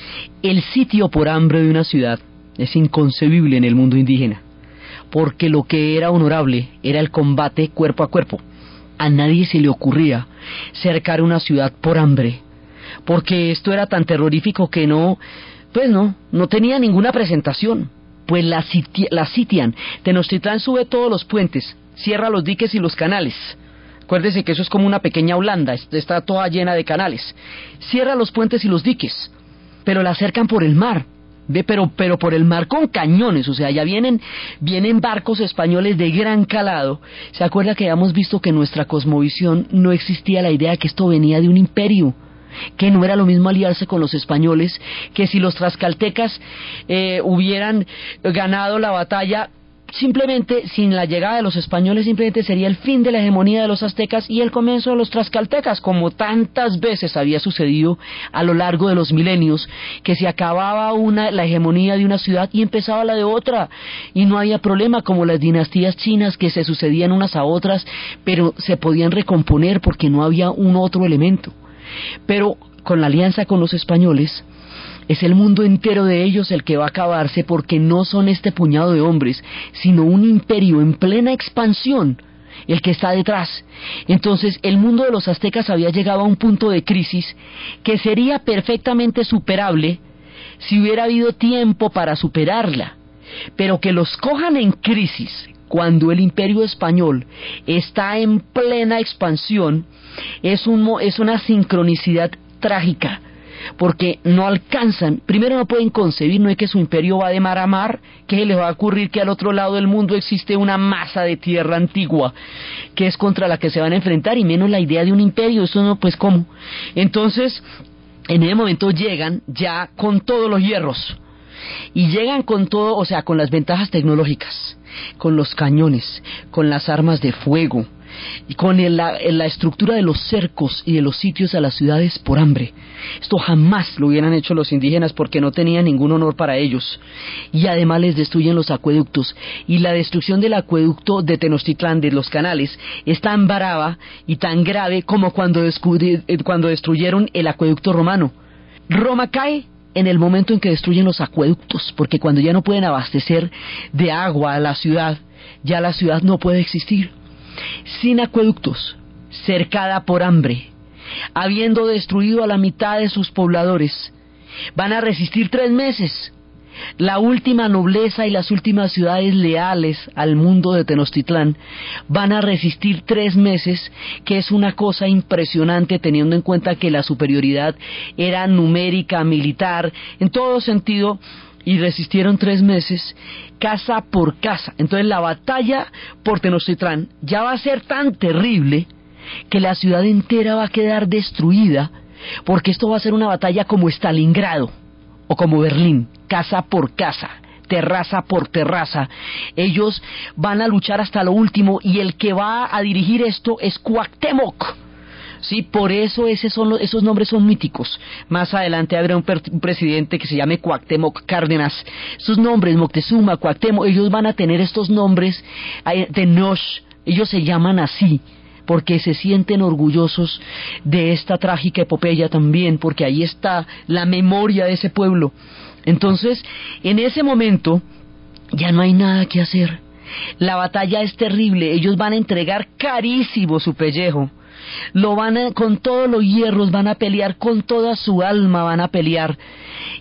El sitio por hambre de una ciudad es inconcebible en el mundo indígena, porque lo que era honorable era el combate cuerpo a cuerpo. A nadie se le ocurría cercar una ciudad por hambre, porque esto era tan terrorífico que no, pues no, no tenía ninguna presentación. Pues la, siti- la sitian. Tenochtitlán sube todos los puentes, cierra los diques y los canales. Acuérdese que eso es como una pequeña Holanda, está toda llena de canales. Cierra los puentes y los diques, pero la acercan por el mar, ve, pero, pero por el mar con cañones, o sea, ya vienen, vienen barcos españoles de gran calado. ¿Se acuerda que habíamos visto que en nuestra cosmovisión no existía la idea de que esto venía de un imperio? Que no era lo mismo aliarse con los españoles, que si los tlaxcaltecas eh, hubieran ganado la batalla, simplemente sin la llegada de los españoles simplemente sería el fin de la hegemonía de los aztecas y el comienzo de los tlaxcaltecas, como tantas veces había sucedido a lo largo de los milenios, que se acababa una, la hegemonía de una ciudad y empezaba la de otra, y no había problema, como las dinastías chinas que se sucedían unas a otras, pero se podían recomponer porque no había un otro elemento. Pero con la alianza con los españoles, es el mundo entero de ellos el que va a acabarse, porque no son este puñado de hombres, sino un imperio en plena expansión el que está detrás. Entonces el mundo de los aztecas había llegado a un punto de crisis que sería perfectamente superable si hubiera habido tiempo para superarla, pero que los cojan en crisis cuando el imperio español está en plena expansión es, un, es una sincronicidad trágica, porque no alcanzan, primero no pueden concebir, no es que su imperio va de mar a mar, que les va a ocurrir que al otro lado del mundo existe una masa de tierra antigua que es contra la que se van a enfrentar, y menos la idea de un imperio, eso no, pues cómo. Entonces en ese momento llegan ya con todos los hierros, y llegan con todo, o sea, con las ventajas tecnológicas, con los cañones, con las armas de fuego, y con el, la, la estructura de los cercos y de los sitios a las ciudades por hambre. Esto jamás lo hubieran hecho los indígenas, porque no tenían ningún honor para ellos, y además les destruyen los acueductos, y la destrucción del acueducto de Tenochtitlán, de los canales, es tan brava y tan grave como cuando, descubri, cuando destruyeron el acueducto romano. Roma cae en el momento en que destruyen los acueductos, porque cuando ya no pueden abastecer de agua a la ciudad, ya la ciudad no puede existir. Sin acueductos, cercada por hambre, habiendo destruido a la mitad de sus pobladores, van a resistir tres meses. La última nobleza y las últimas ciudades leales al mundo de Tenochtitlán van a resistir tres meses, que es una cosa impresionante teniendo en cuenta que la superioridad era numérica, militar, en todo sentido, y resistieron tres meses, casa por casa. Entonces la batalla por Tenochtitlán ya va a ser tan terrible que la ciudad entera va a quedar destruida, porque esto va a ser una batalla como Stalingrado o como Berlín, casa por casa, terraza por terraza. Ellos van a luchar hasta lo último, y el que va a dirigir esto es Cuauhtémoc. Sí, por eso ese son los, esos nombres son míticos. Más adelante habrá un, per, un presidente que se llame Cuauhtémoc Cárdenas. Sus nombres, Moctezuma, Cuauhtémoc, ellos van a tener estos nombres, Tenoch, ellos se llaman así porque se sienten orgullosos de esta trágica epopeya también, porque ahí está la memoria de ese pueblo. Entonces, en ese momento ya no hay nada que hacer. La batalla es terrible, ellos van a entregar carísimo su pellejo. Lo van a, con todos los hierros van a pelear, con toda su alma van a pelear,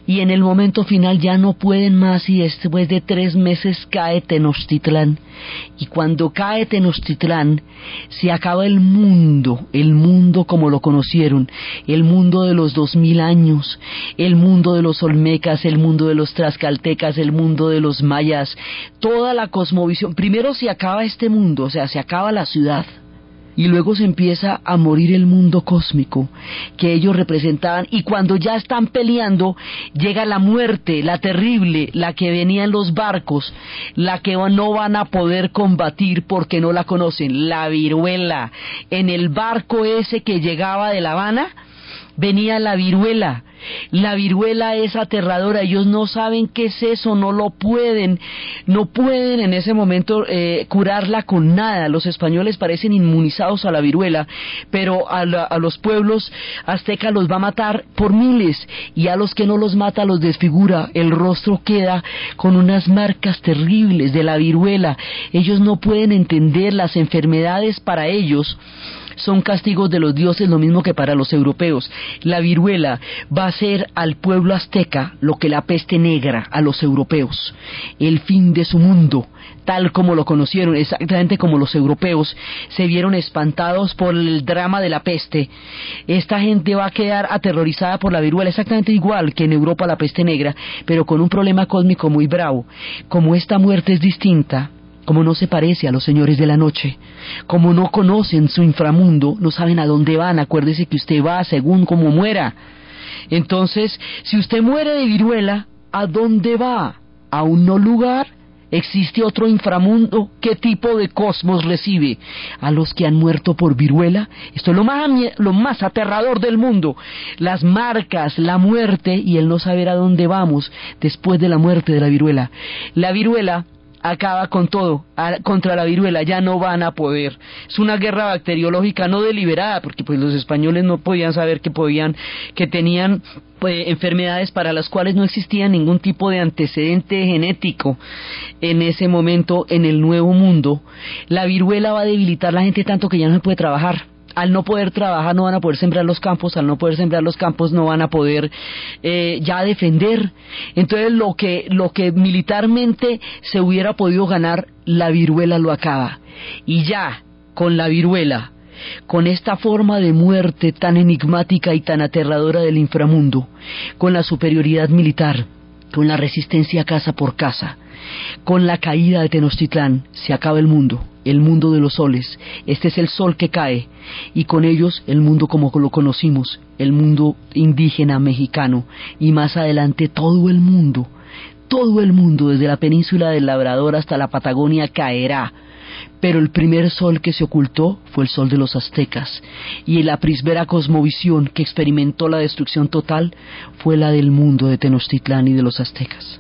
y en el momento final ya no pueden más, y después de tres meses cae Tenochtitlán, y cuando cae Tenochtitlán se acaba el mundo, el mundo como lo conocieron, el mundo de los dos mil años, el mundo de los olmecas, el mundo de los tlaxcaltecas, el mundo de los mayas, toda la cosmovisión. Primero se acaba este mundo, o sea, se acaba la ciudad, y luego se empieza a morir el mundo cósmico que ellos representaban, y cuando ya están peleando llega la muerte, la terrible, la que venía en los barcos, la que no van a poder combatir porque no la conocen, la viruela. En el barco ese que llegaba de La Habana venía la viruela. La viruela es aterradora, ellos no saben qué es eso, no lo pueden, no pueden en ese momento eh, curarla con nada. Los españoles parecen inmunizados a la viruela, pero a, la, a los pueblos aztecas los va a matar por miles, y a los que no los mata los desfigura, el rostro queda con unas marcas terribles de la viruela. Ellos no pueden entender, las enfermedades para ellos son castigos de los dioses, lo mismo que para los europeos. La viruela va a ser al pueblo azteca lo que la peste negra a los europeos, el fin de su mundo, tal como lo conocieron, exactamente como los europeos se vieron espantados por el drama de la peste. Esta gente va a quedar aterrorizada por la viruela, exactamente igual que en Europa la peste negra, pero con un problema cósmico muy bravo. Como esta muerte es distinta, como no se parece a los señores de la noche, como no conocen su inframundo, no saben a dónde van. Acuérdese que usted va según como muera. Entonces, si usted muere de viruela, ¿a dónde va? ¿A un no lugar? ¿Existe otro inframundo? ¿Qué tipo de cosmos recibe? A los que han muerto por viruela. Esto es lo más, lo más aterrador del mundo. Las marcas, la muerte y el no saber a dónde vamos después de la muerte de la viruela. La viruela acaba con todo, a, contra la viruela ya no van a poder. Es una guerra bacteriológica no deliberada, porque pues los españoles no podían saber que podían, que tenían pues, enfermedades para las cuales no existía ningún tipo de antecedente genético en ese momento en el Nuevo Mundo. La viruela va a debilitar a la gente tanto que ya no se puede trabajar. Al no poder trabajar no van a poder sembrar los campos, al no poder sembrar los campos no van a poder eh, ya defender. Entonces lo que, lo que militarmente se hubiera podido ganar, la viruela lo acaba. Y ya con la viruela, con esta forma de muerte tan enigmática y tan aterradora del inframundo, con la superioridad militar, con la resistencia casa por casa, con la caída de Tenochtitlán, se acaba el mundo, el mundo de los soles. Este es el sol que cae, y con ellos el mundo como lo conocimos, el mundo indígena mexicano, y más adelante todo el mundo, todo el mundo, desde la península del Labrador hasta la Patagonia, caerá. Pero el primer sol que se ocultó fue el sol de los aztecas, y la primera cosmovisión que experimentó la destrucción total fue la del mundo de Tenochtitlán y de los aztecas.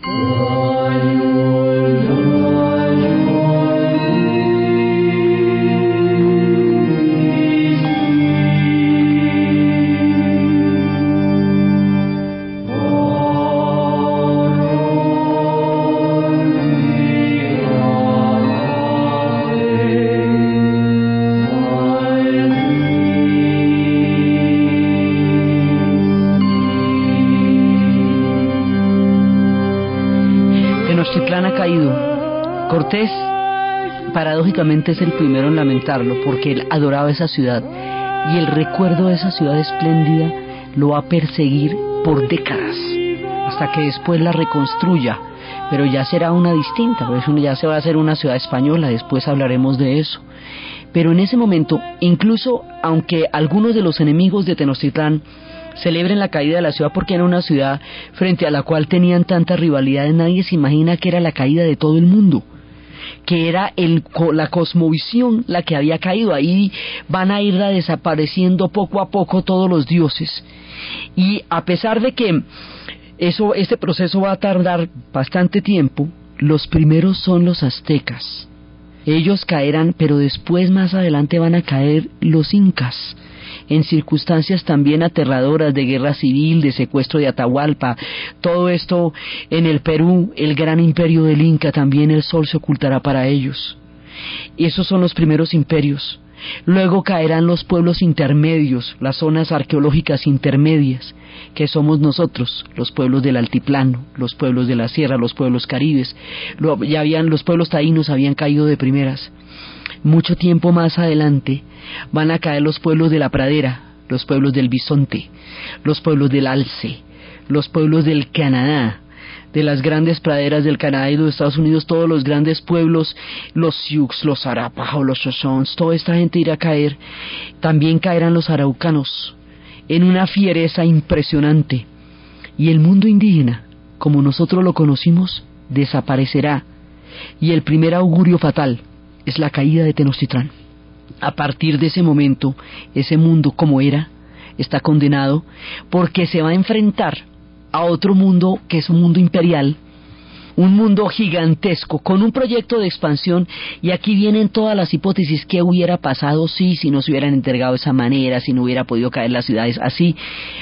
Tenochtitlán ha caído. Cortés, paradójicamente, es el primero en lamentarlo, porque él adoraba esa ciudad, y el recuerdo de esa ciudad espléndida lo va a perseguir por décadas, hasta que después la reconstruya, pero ya será una distinta, pues ya se va a hacer una ciudad española, después hablaremos de eso. Pero en ese momento, incluso aunque algunos de los enemigos de Tenochtitlán celebren la caída de la ciudad, porque era una ciudad frente a la cual tenían tantas rivalidades, nadie se imagina que era la caída de todo el mundo, que era el, la cosmovisión la que había caído. Ahí van a ir desapareciendo poco a poco todos los dioses, y a pesar de que eso, este proceso va a tardar bastante tiempo, los primeros son los aztecas. Ellos caerán, pero después, más adelante, van a caer los incas, en circunstancias también aterradoras de guerra civil, de secuestro de Atahualpa. Todo esto en el Perú, el gran imperio del Inca, también el sol se ocultará para ellos. Y esos son los primeros imperios. Luego caerán los pueblos intermedios, las zonas arqueológicas intermedias, que somos nosotros, los pueblos del altiplano, los pueblos de la sierra, los pueblos caribes. Lo, ya habían, los pueblos taínos habían caído de primeras. Mucho tiempo más adelante van a caer los pueblos de la pradera, los pueblos del bisonte, los pueblos del alce, los pueblos del Canadá, de las grandes praderas del Canadá y de los Estados Unidos, todos los grandes pueblos, los Sioux, los Arapaho, los Shoshones, toda esta gente irá a caer. También caerán los araucanos en una fiereza impresionante, y el mundo indígena, como nosotros lo conocimos, desaparecerá, y el primer augurio fatal es la caída de Tenochtitlán. A partir de ese momento, ese mundo como era, está condenado, porque se va a enfrentar a otro mundo que es un mundo imperial, un mundo gigantesco, con un proyecto de expansión, y aquí vienen todas las hipótesis. ¿Qué hubiera pasado si, si no se hubieran entregado de esa manera, si no hubiera podido caer las ciudades así?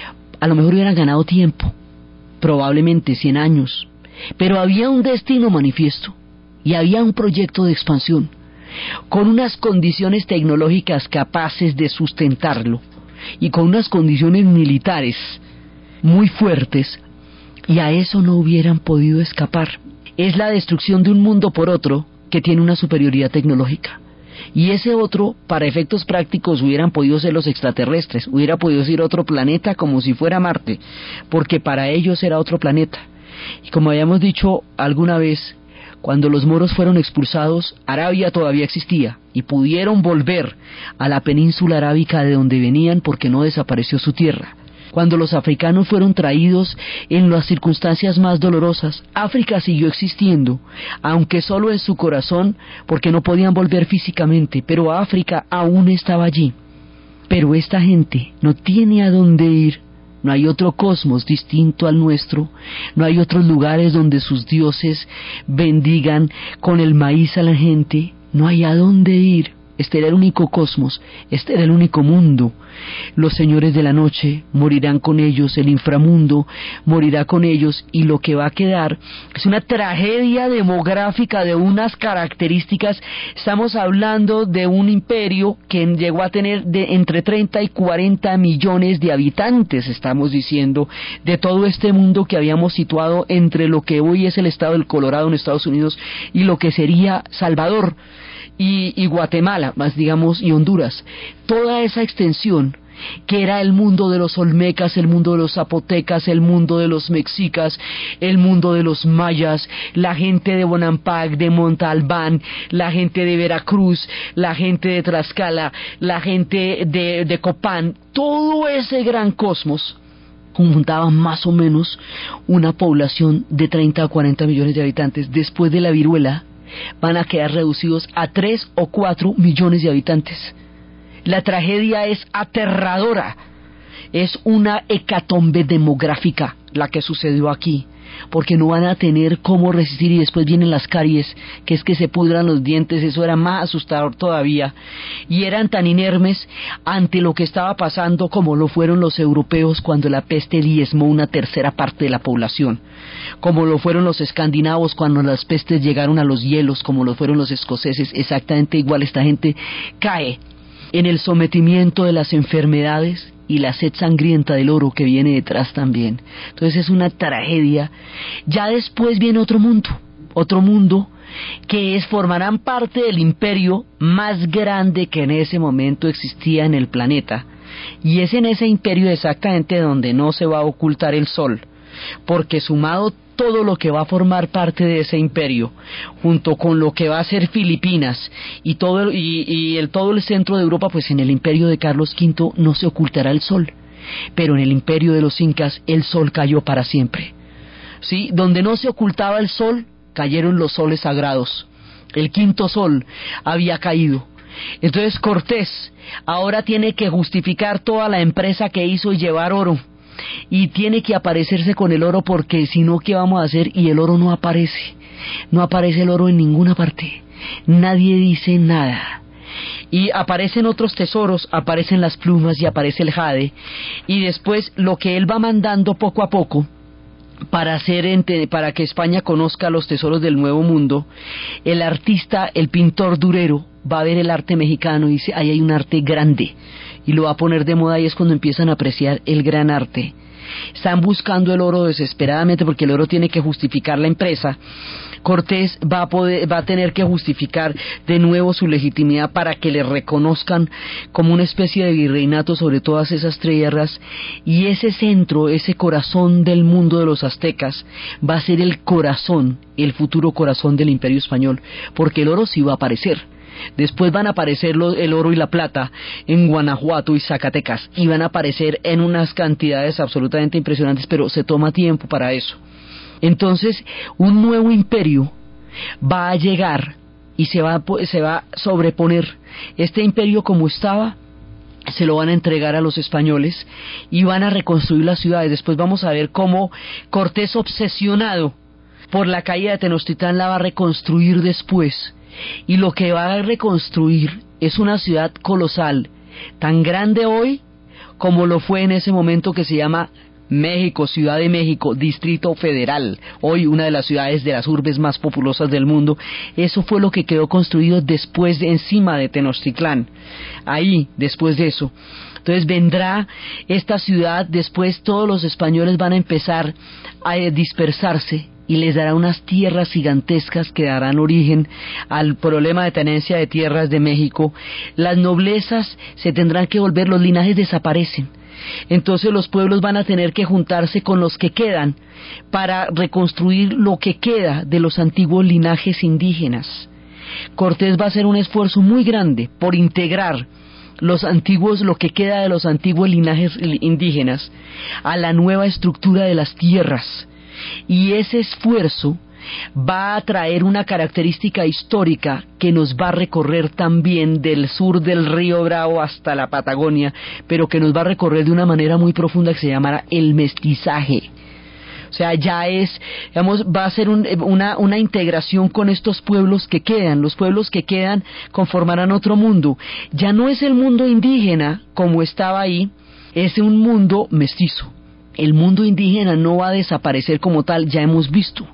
A lo mejor hubieran ganado tiempo, probablemente cien años, pero había un destino manifiesto, y había un proyecto de expansión, con unas condiciones tecnológicas capaces de sustentarlo, y con unas condiciones militares muy fuertes, y a eso no hubieran podido escapar. Es la destrucción de un mundo por otro que tiene una superioridad tecnológica, y ese otro, para efectos prácticos, hubieran podido ser los extraterrestres, hubiera podido ser otro planeta como si fuera Marte, porque para ellos era otro planeta. Y como habíamos dicho alguna vez, cuando los moros fueron expulsados, Arabia todavía existía, y pudieron volver a la península arábica de donde venían, porque no desapareció su tierra. Cuando los africanos fueron traídos en las circunstancias más dolorosas, África siguió existiendo, aunque solo en su corazón, porque no podían volver físicamente, pero África aún estaba allí. Pero esta gente no tiene a dónde ir, no hay otro cosmos distinto al nuestro, no hay otros lugares donde sus dioses bendigan con el maíz a la gente, no hay a dónde ir. Este era el único cosmos, este era el único mundo. Los señores de la noche morirán con ellos, el inframundo morirá con ellos, y lo que va a quedar es una tragedia demográfica de unas características. Estamos hablando de un imperio que llegó a tener de entre treinta y cuarenta millones de habitantes, estamos diciendo, de todo este mundo que habíamos situado entre lo que hoy es el estado del Colorado en Estados Unidos y lo que sería Salvador y, y Guatemala, más digamos, y Honduras. Toda esa extensión que era el mundo de los olmecas, el mundo de los zapotecas, el mundo de los mexicas, el mundo de los mayas, la gente de Bonampak, de Montalbán, la gente de Veracruz, la gente de Tlaxcala, la gente de, de Copán, todo ese gran cosmos juntaba más o menos una población de treinta a cuarenta millones de habitantes. Después de la viruela van a quedar reducidos a tres o cuatro millones de habitantes. La tragedia es aterradora, es una hecatombe demográfica la que sucedió aquí, porque no van a tener cómo resistir, y después vienen las caries, que es que se pudran los dientes. Eso era más asustador todavía, y eran tan inermes ante lo que estaba pasando como lo fueron los europeos cuando la peste diezmó una tercera parte de la población, como lo fueron los escandinavos cuando las pestes llegaron a los hielos, como lo fueron los escoceses. Exactamente igual, esta gente cae en el sometimiento de las enfermedades y la sed sangrienta del oro que viene detrás también. Entonces es una tragedia. Ya después viene otro mundo, otro mundo que es, formarán parte del imperio más grande que en ese momento existía en el planeta, y es en ese imperio exactamente donde no se va a ocultar el sol, porque sumado todo lo que va a formar parte de ese imperio, junto con lo que va a ser Filipinas y todo y, y el todo el centro de Europa, pues en el imperio de Carlos quinto no se ocultará el sol, pero en el imperio de los incas el sol cayó para siempre. Sí, donde no se ocultaba el sol, cayeron los soles sagrados. El quinto sol había caído. Entonces Cortés ahora tiene que justificar toda la empresa que hizo y llevar oro, y tiene que aparecerse con el oro, porque si no, ¿qué vamos a hacer? Y el oro no aparece, no aparece el oro en ninguna parte, nadie dice nada. Y aparecen otros tesoros, aparecen las plumas y aparece el jade, y después lo que él va mandando poco a poco para hacer ente, para que España conozca los tesoros del Nuevo Mundo, el artista, el pintor Durero, va a ver el arte mexicano y dice, ahí hay un arte grande, y lo va a poner de moda, y es cuando empiezan a apreciar el gran arte. Están buscando el oro desesperadamente porque el oro tiene que justificar la empresa. Cortés va a poder, va a tener que justificar de nuevo su legitimidad para que le reconozcan como una especie de virreinato sobre todas esas tierras, y ese centro, ese corazón del mundo de los aztecas va a ser el corazón, el futuro corazón del Imperio Español, porque el oro sí va a aparecer. Después van a aparecer lo, el oro y la plata en Guanajuato y Zacatecas, y van a aparecer en unas cantidades absolutamente impresionantes, pero se toma tiempo para eso. Entonces, un nuevo imperio va a llegar y se va, se va a sobreponer. Este imperio, como estaba, se lo van a entregar a los españoles y van a reconstruir las ciudades. Después vamos a ver cómo Cortés, obsesionado por la caída de Tenochtitlán, la va a reconstruir después. Y lo que va a reconstruir es una ciudad colosal, tan grande hoy como lo fue en ese momento, que se llama México, Ciudad de México, Distrito Federal, hoy una de las ciudades de las urbes más populosas del mundo. Eso fue lo que quedó construido después, de, encima de Tenochtitlán, ahí, después de eso. Entonces vendrá esta ciudad, después todos los españoles van a empezar a dispersarse, y les dará unas tierras gigantescas que darán origen al problema de tenencia de tierras de México. Las noblezas se tendrán que volver, los linajes desaparecen. Entonces los pueblos van a tener que juntarse con los que quedan para reconstruir lo que queda de los antiguos linajes indígenas. Cortés va a hacer un esfuerzo muy grande por integrar los antiguos, lo que queda de los antiguos linajes indígenas a la nueva estructura de las tierras. Y ese esfuerzo va a traer una característica histórica que nos va a recorrer también del sur del río Bravo hasta la Patagonia, pero que nos va a recorrer de una manera muy profunda, que se llamará el mestizaje. O sea, ya es, digamos, va a ser un, una, una integración con estos pueblos que quedan. Los pueblos que quedan conformarán otro mundo. Ya no es el mundo indígena como estaba ahí, es un mundo mestizo. El mundo indígena no va a desaparecer como tal, ya hemos visto,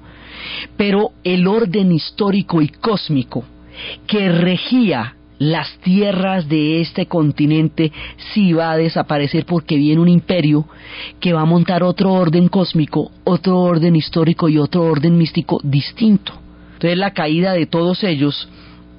pero el orden histórico y cósmico que regía las tierras de este continente sí va a desaparecer, porque viene un imperio que va a montar otro orden cósmico, otro orden histórico y otro orden místico distinto. Entonces la caída de todos ellos,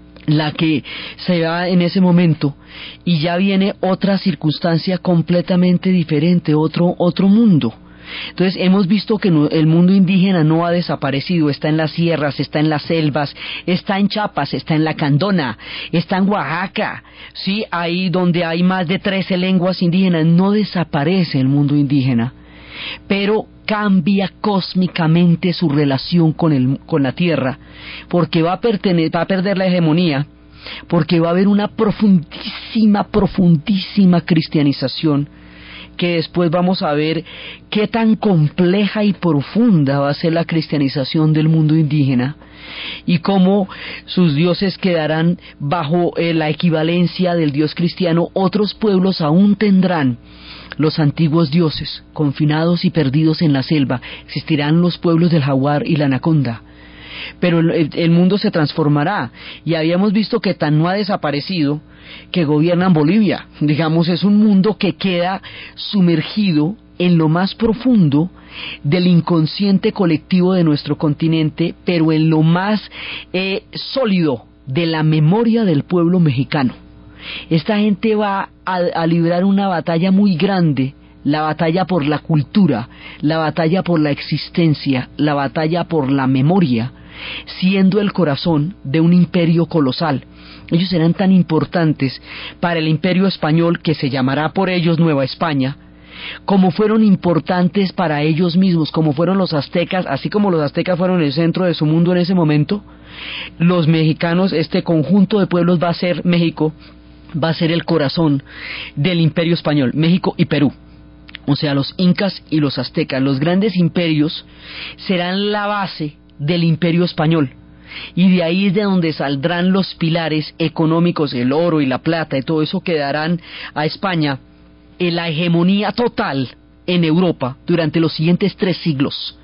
la que se da en ese momento, y ya viene otra circunstancia completamente diferente, otro, otro mundo. Entonces hemos visto que no, el mundo indígena no ha desaparecido, está en las sierras, está en las selvas, está en Chiapas, está en la Candona, está en Oaxaca, sí, ahí donde hay más de trece lenguas indígenas. No desaparece el mundo indígena, pero cambia cósmicamente su relación con, el, con la tierra, porque va a, pertene- va a perder la hegemonía, porque va a haber una profundísima, profundísima cristianización, que después vamos a ver qué tan compleja y profunda va a ser la cristianización del mundo indígena, y cómo sus dioses quedarán bajo eh, la equivalencia del dios cristiano. Otros pueblos aún tendrán los antiguos dioses, confinados y perdidos en la selva. Existirán los pueblos del jaguar y la anaconda, pero el, el mundo se transformará, y habíamos visto que tan no ha desaparecido que gobiernan Bolivia. Digamos, es un mundo que queda sumergido en lo más profundo del inconsciente colectivo de nuestro continente, pero en lo más eh, sólido de la memoria del pueblo mexicano. Esta gente va a, a librar una batalla muy grande, la batalla por la cultura, la batalla por la existencia, la batalla por la memoria, siendo el corazón de un imperio colosal. Ellos serán tan importantes para el imperio español, que se llamará por ellos Nueva España, como fueron importantes para ellos mismos, como fueron los aztecas. Así como los aztecas fueron el centro de su mundo en ese momento, los mexicanos, este conjunto de pueblos va a ser México, va a ser el corazón del imperio español, México y Perú. O sea, los incas y los aztecas, los grandes imperios, serán la base del imperio español, y de ahí es de donde saldrán los pilares económicos, el oro y la plata y todo eso, que darán a España en la hegemonía total en Europa durante los siguientes tres siglos.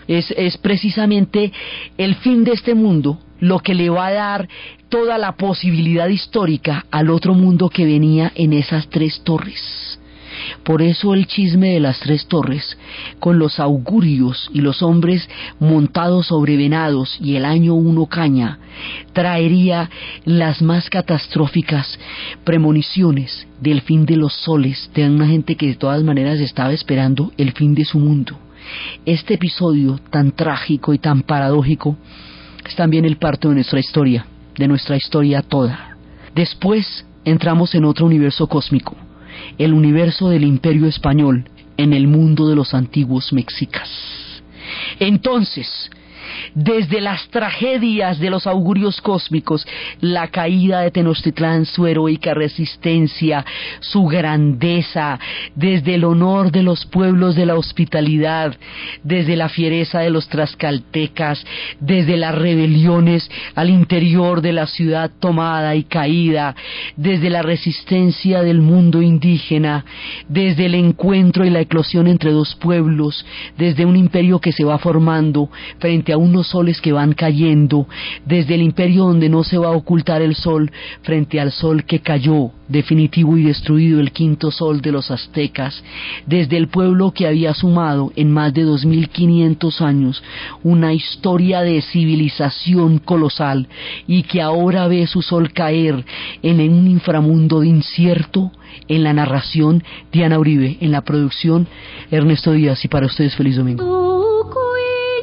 Es, es precisamente el fin de este mundo lo que le va a dar toda la posibilidad histórica al otro mundo que venía en esas tres torres. Por eso el chisme de las tres torres, con los augurios y los hombres montados sobre venados y el año uno caña, traería las más catastróficas premoniciones del fin de los soles, de una gente que de todas maneras estaba esperando el fin de su mundo. Este episodio tan trágico y tan paradójico es también el parto de nuestra historia, de nuestra historia toda. Después entramos en otro universo cósmico, el universo del Imperio Español en el mundo de los antiguos mexicas. Entonces, desde las tragedias de los augurios cósmicos, la caída de Tenochtitlán, su heroica resistencia, su grandeza, desde el honor de los pueblos de la hospitalidad, desde la fiereza de los tlaxcaltecas, desde las rebeliones al interior de la ciudad tomada y caída, desde la resistencia del mundo indígena, desde el encuentro y la eclosión entre dos pueblos, desde un imperio que se va formando frente a unos soles que van cayendo, desde el imperio donde no se va a ocultar el sol frente al sol que cayó, definitivo y destruido, el quinto sol de los aztecas, desde el pueblo que había sumado en más de dos mil quinientos años una historia de civilización colosal y que ahora ve su sol caer en un inframundo incierto. En la narración, Diana Uribe; en la producción, Ernesto Díaz. Y para ustedes, feliz domingo.